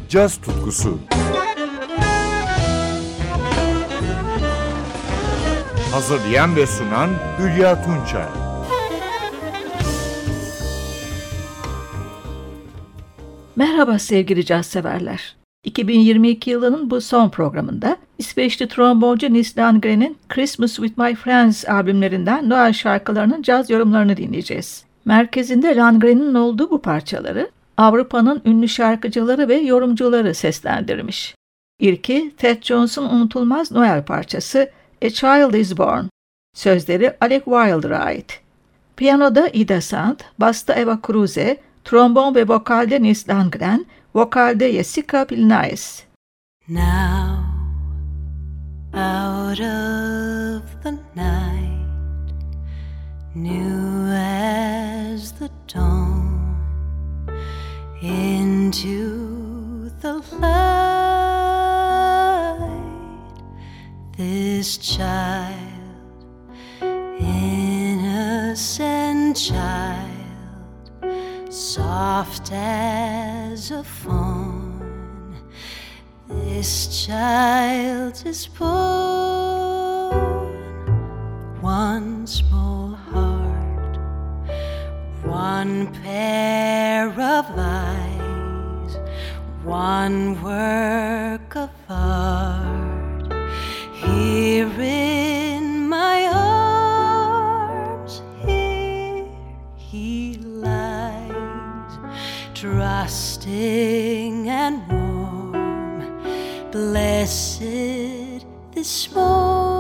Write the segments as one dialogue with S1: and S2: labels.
S1: caz tutkusu. Hazırlayan ve sunan Hülya Tunçay.
S2: Merhaba sevgili caz severler. 2022 yılının bu son programında İsveçli tromboncu Nils Landgren'in Christmas with My Friends albümlerinden Noel şarkılarının caz yorumlarını dinleyeceğiz. Merkezinde Landgren'in olduğu bu parçaları Avrupa'nın ünlü şarkıcıları ve yorumcuları seslendirmiş. İlki Ted Jones'un unutulmaz Noel parçası A Child is Born. Sözleri Alec Wilder'a ait. Piyanoda Ida Sand, basta Eva Kruse, trombon ve vokalde Nils Landgren, vokalde Jessica Pilnaes.
S3: Now, out of the night, new as the dawn, into the light, this child, innocent child, soft as a fawn, this child is born. One small heart, one pair of eyes, one work of art, here in my arms, here he lies, trusting and warm, blessed this morn.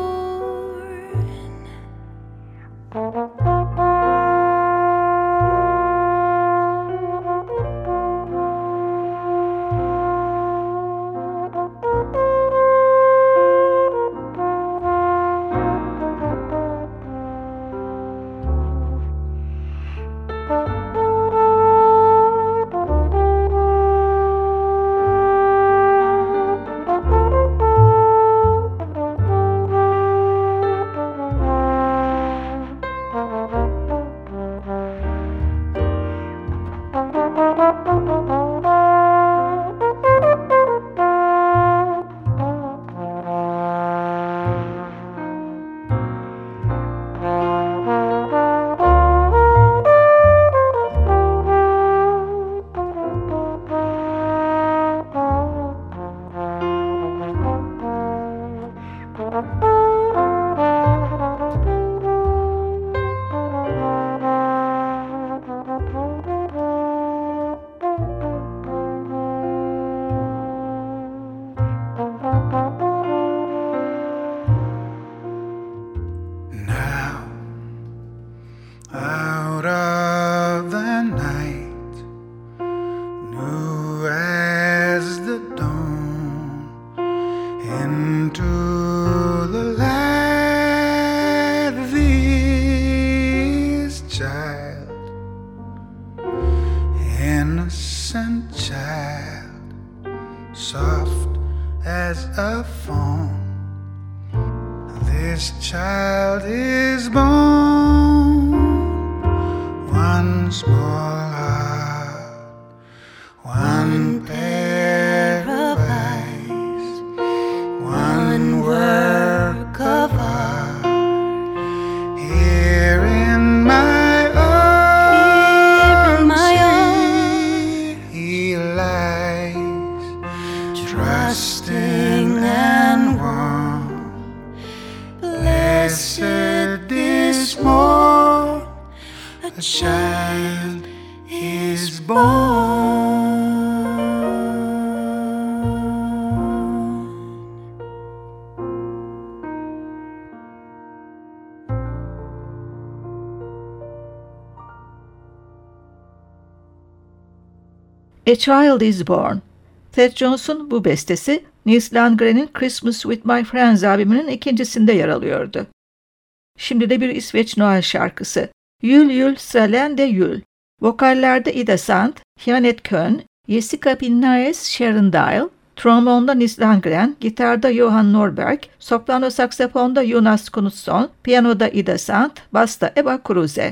S4: Innocent child, soft as a fawn, this child is born. One small heart, one pair of eyes, one work of art, here in my trusting and warm, blessed this morn, a child is born.
S2: A Child is Born. Ted Jones'un bu bestesi Nils Landgren'in Christmas with My Friends albümünün ikincisinde yer alıyordu. Şimdi de bir İsveç Noel şarkısı. Jul Jul Stralende Jul. Vokallerde Ida Sand, Jeanette Köhn, Jessica Pilnaes, Sharon Dial, trombonda Nils Landgren, gitarda Johan Norberg, soprano saksafonda Jonas Knutsson, piyanoda Ida Sand, basta Eva Kruse.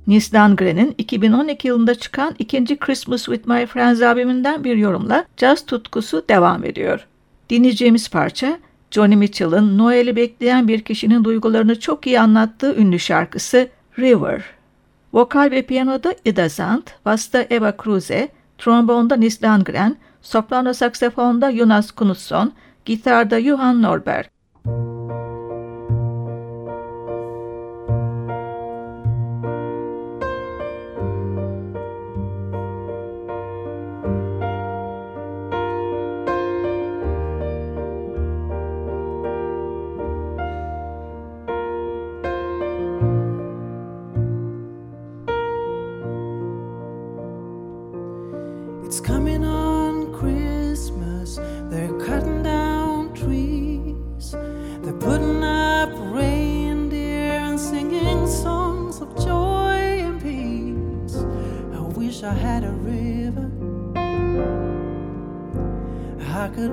S2: Nils Landgren'in 2012 yılında çıkan ikinci Christmas with My Friends albümünden bir yorumla caz tutkusu devam ediyor. Dinleyeceğimiz parça, Joni Mitchell'ın Noel'i bekleyen bir kişinin duygularını çok iyi anlattığı ünlü şarkısı River. Vokal ve piyanoda Ida Zandt, basta Eva Kruse, trombonda Nils Landgren, soprano saksafonda Jonas Knutsson, gitarda Johan Norberg.
S3: It's coming on Christmas, they're cutting down trees, they're putting up reindeer and singing songs of joy and peace. I wish I had a river I could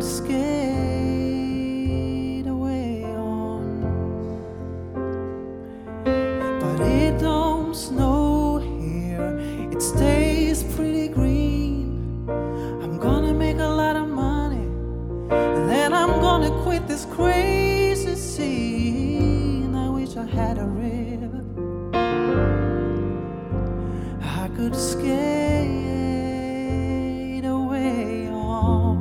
S3: skate away on, but it don't snow here, it stays pretty green. I'm gonna make a lot of money, and then I'm gonna quit this crazy scene. I wish I had a river I could skate away on.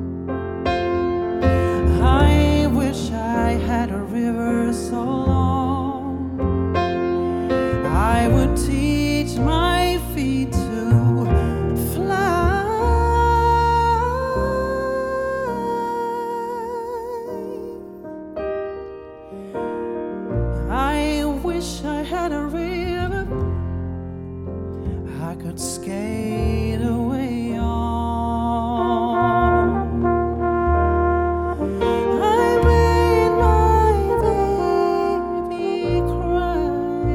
S3: I wish I had a river so long I would teach my feet to fly. I wish I had a river I could skate away on. I made my baby cry.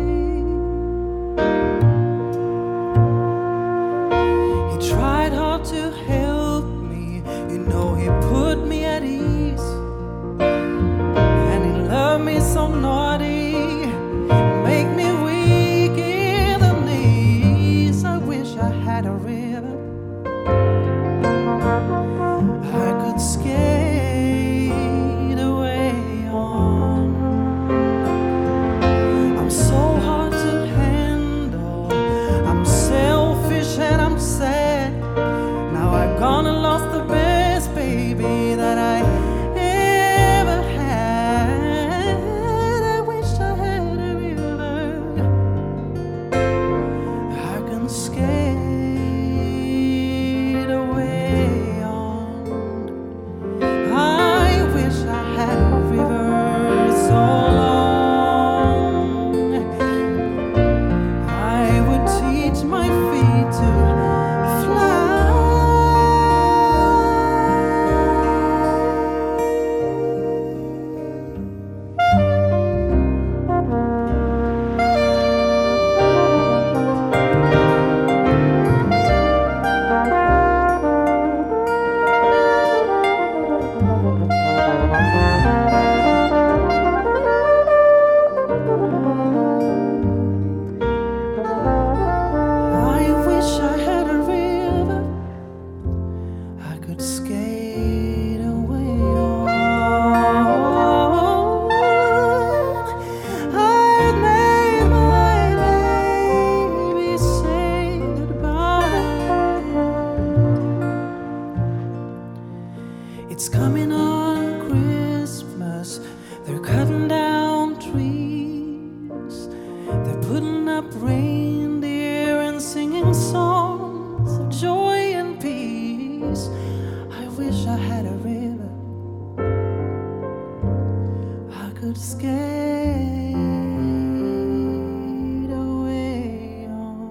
S3: He tried hard to help me, you know, he put me at ease, and he loved me so naughty, make me weak in the knees. I wish I had a river I could skate away on. I'm so hard to handle, I'm selfish and I'm sad. Now I've gone and lost the best baby that I ever had. I wish I had a river I can skate away on. I wish I had a river so long I would teach my feet to fly. I wish I had a river I could skate away on. I'd make my baby say goodbye. It's coming on Christmas, they're cutting down trees, they're putting up reindeer and singing songs of joy and peace. I wish I had a river I could skate away on.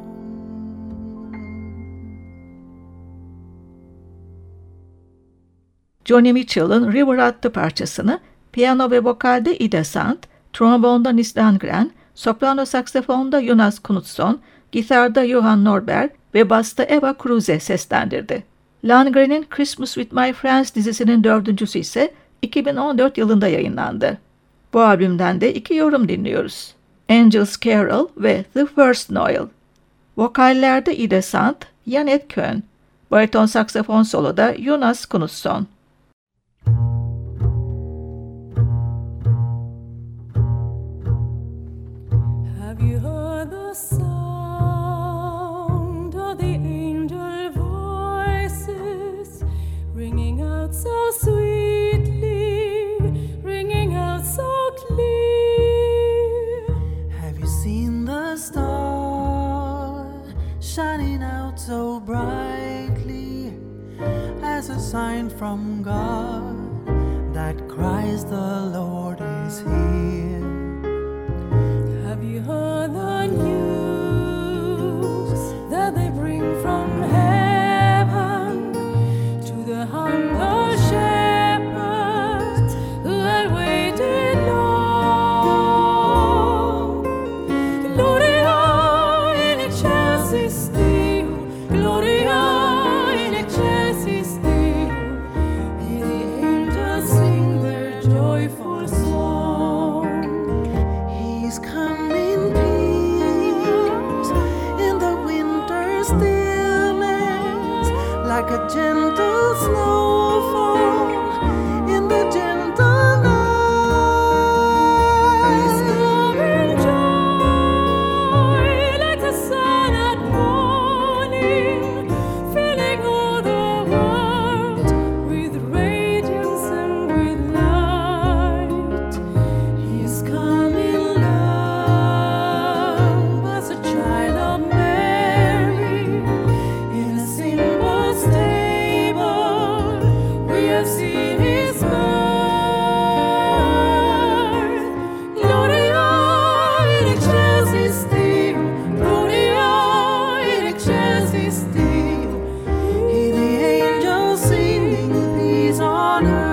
S2: Joni Mitchell'ın River adlı parçasını piyano ve vokalde Ida Zandt, trombonda Nils Landgren, soprano saksafonda Jonas Knutsson, gitarda Johan Norberg ve basta Eva Kruse seslendirdi. Landgren'in Christmas with My Friends dizisinin dördüncüsü ise 2014 yılında yayınlandı. Bu albümden de iki yorum dinliyoruz. Angel's Carol ve The First Noel. Vokallerde Ida Sant, Janet Köhn. Bariton saksafon soloda Jonas Knutson.
S5: Have you heard the sound of the angel voices ringing out so sweetly, ringing out so clear?
S3: Have you seen the star shining out so brightly as a sign from God that Christ the Lord is here?
S5: Have you heard the news that they bring from heaven to the humble shepherds who had waited long? Gloria in excelsis Deo, Gloria in excelsis Deo. Hear the angels sing their joyful song.
S3: He's come in peace in the winter stillness, like a gentle snowfall in the gentle night.
S5: He's come in joy like the sun at morning, filling all the world with radiance and with light. He's come in love as a child of Mary in a simple stable. We have seen his birth. Gloria in excelsis Deo, Gloria in excelsis Deo.
S3: Hear the angels singing peace on earth.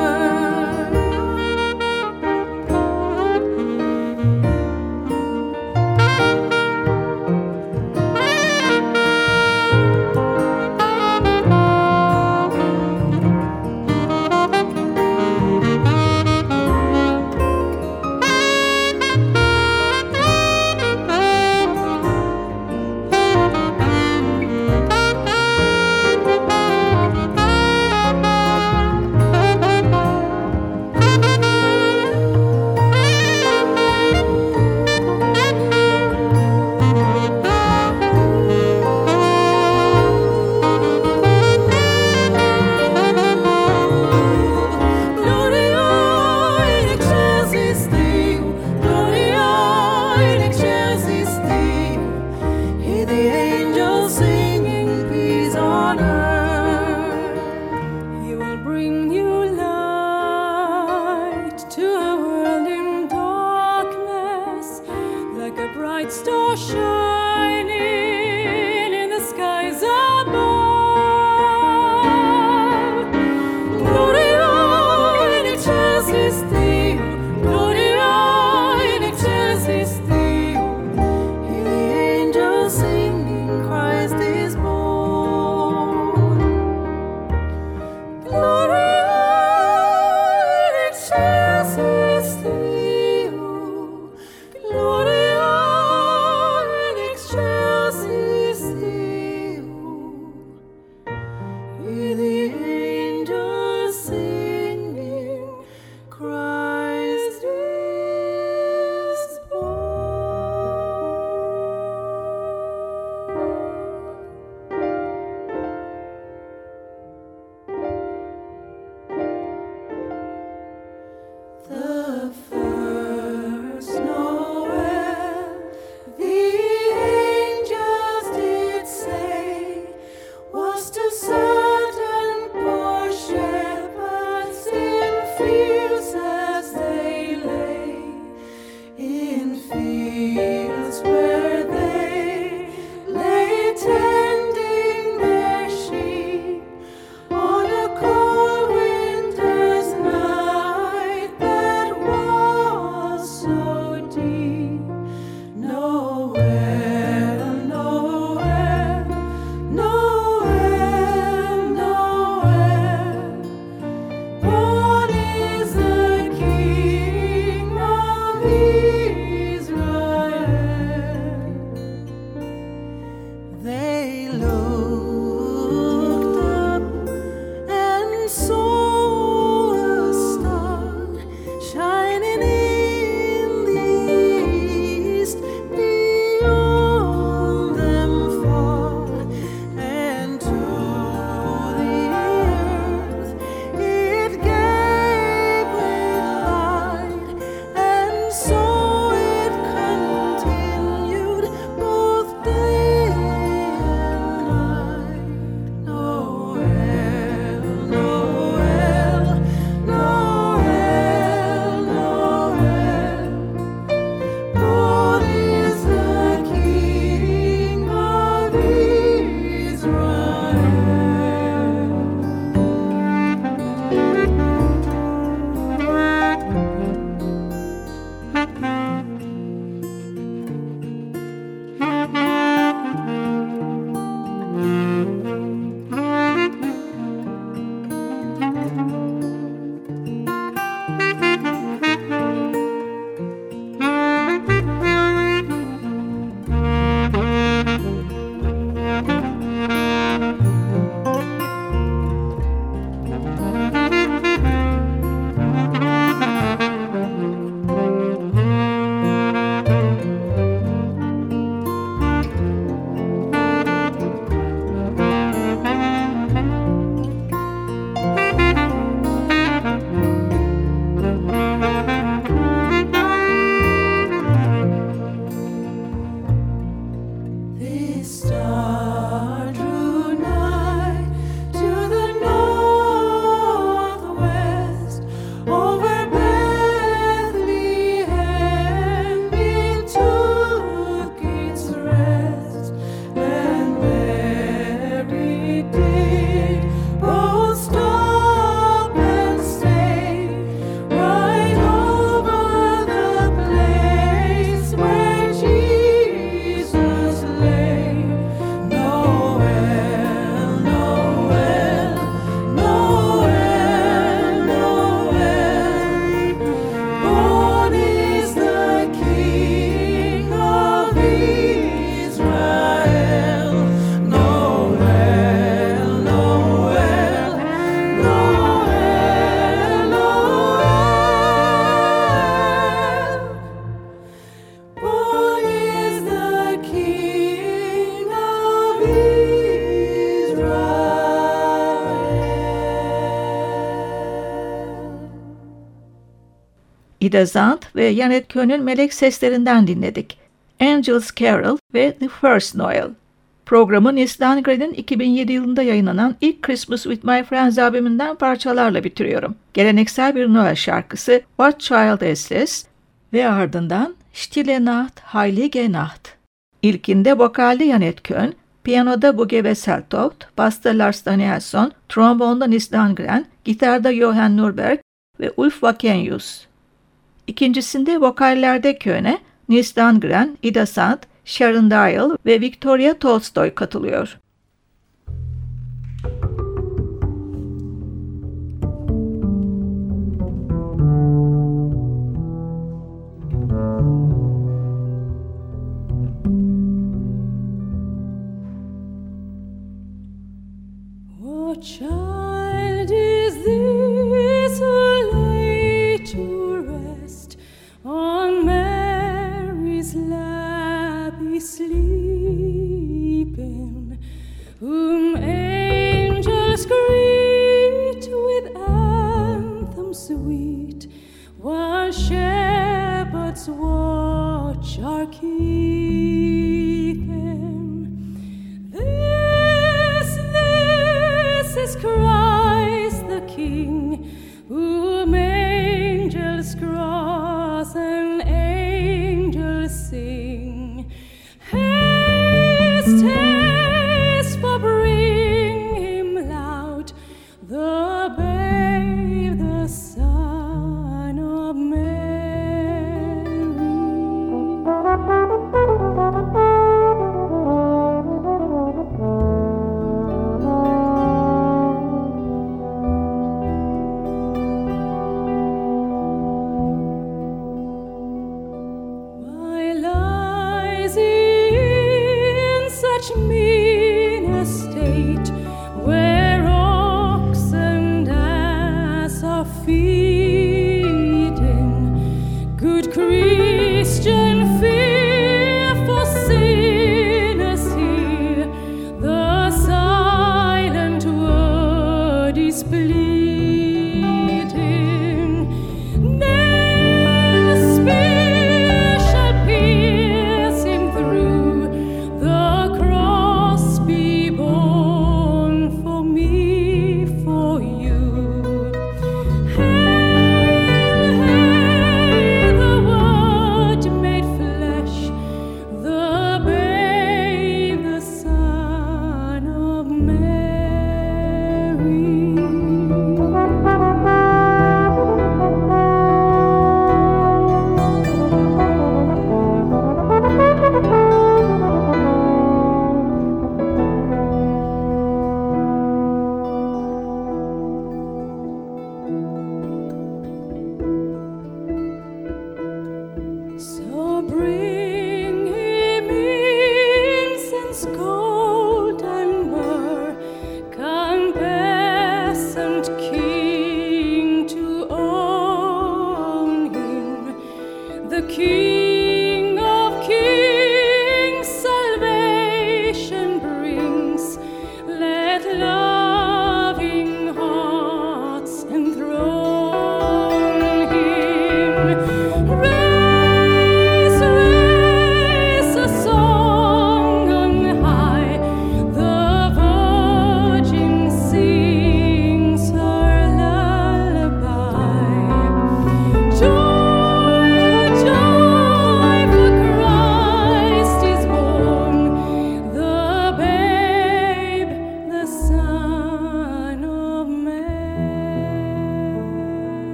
S5: Gloria in excelsis Deo, Gloria in excelsis Deo.
S3: Hear the angels singing peace on earth.
S5: He will bring new light to a world in darkness, like a bright star shining in the skies above. Gloria in excelsis Deo, Gloria in excelsis Deo.
S3: Hear the angels singing Christ is born.
S5: Gloria in excelsis Deo, Gloria in excelsis This star drew nigh to the northwest, over Bethlehem it took its rest, and there it did both stop and stay, right over the place where Jesus lay. Noel, Noel, Noel, Noel, born is the King of Israel. Noel, Noel, Noel, Noel, born is the King of Israel.
S2: Ida Zant ve Janet Koehn'ün melek seslerinden dinledik. Angel's Carol ve The First Noel. Programı Nils Landgren'in 2007 yılında yayınlanan ilk Christmas with My Friends albümünden parçalarla bitiriyorum. Geleneksel bir Noel şarkısı What Child Is This ve ardından Stille Nacht, Heilige Nacht. İlkinde vokalde Janet Koehn, piyanoda Bugge Wesseltoft, basta Lars Danielsson, trombonda Nils Landgren, gitarda Johan Norberg ve Ulf Wakenius. İkincisinde vokallerde Koehn'e Nils Landgren, Ida Zant, Sharon Dial ve Victoria Tolstoy katılıyor.
S5: What child is this who lay to rest on Mary's lap is sleeping, whom angels greet with anthems sweet, while shepherds watch are keeping? This is Christ the King, whom angels cross and angels sing. Haste, haste, for bring him loud, the babe, the Son of Why lies he in such mean estate, where ox and ass are feeding? Good Christian, fear for sinners here, the silent word is pleading. Nail spear shall pierce him through, the cross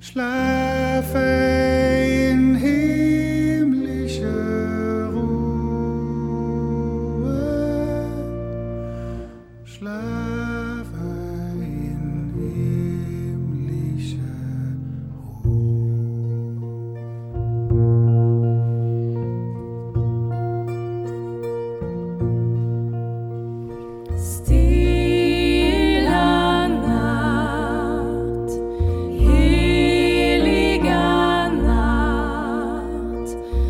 S4: Schlafe in himmlischer Ruhe, schlafe in himmlischer
S5: Stilla natt, heliga natt,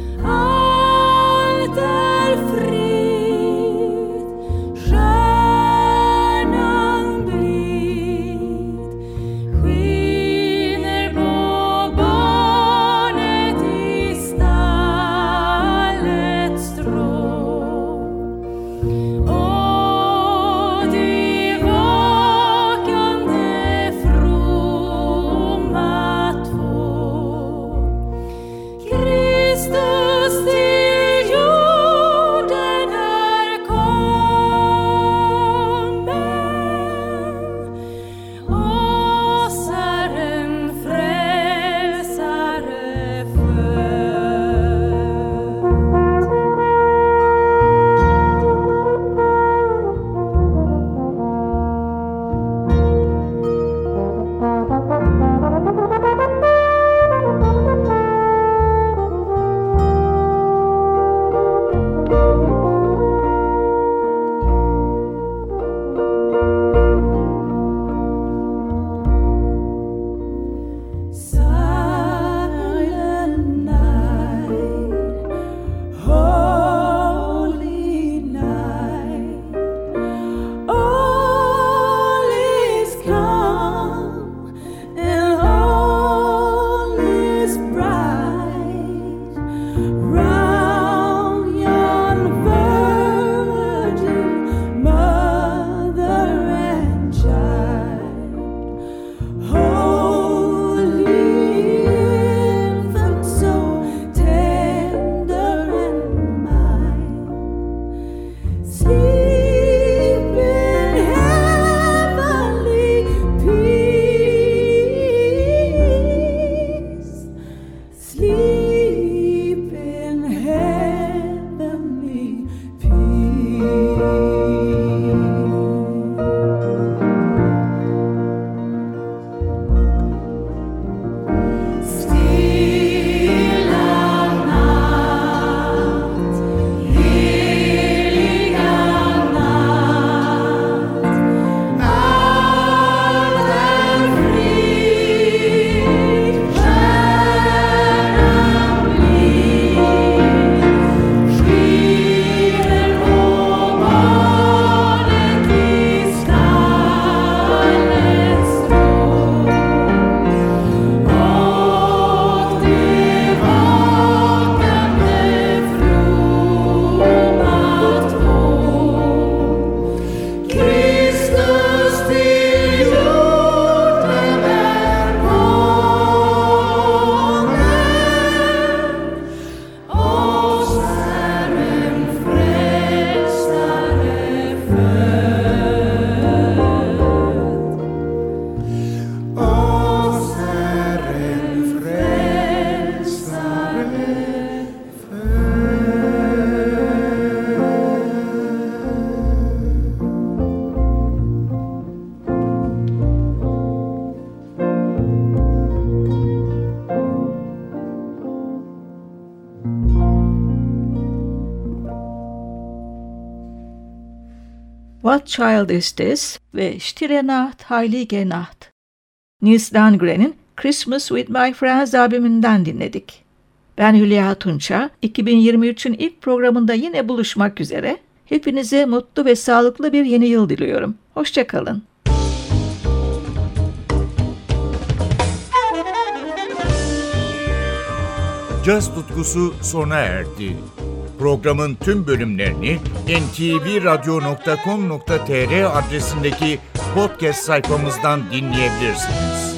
S5: allt är frid, stjärnan blid skiner på barnet i stallets strå. Och de vakande fromma två, Kristus till jorden är kommen, oss är en frälsare Silent night, holy night, all is calm and all is bright. Round yon virgin mother and child, holy infant, so tender and mild, sleep in heavenly peace, sleep in heavenly peace. Stilla natt, heliga natt, allt är frid, stjärnan blid skiner på barnet i stallets strå. Och de vakande fromma två, Kristus till jorden är kommen, oss är en frälsare född.
S4: oss är en frälsare
S2: What Child Is This ve Stille Nacht, Heilige Nacht. Nils Landgren'in Christmas with My Friends albümünden dinledik. Ben Hülya Tunça, 2023'ün ilk programında yine buluşmak üzere. Hepinize mutlu ve sağlıklı bir yeni yıl diliyorum. Hoşça kalın.
S1: Caz tutkusu sona erdi. Programın tüm bölümlerini ntvradio.com.tr adresindeki podcast sayfamızdan dinleyebilirsiniz.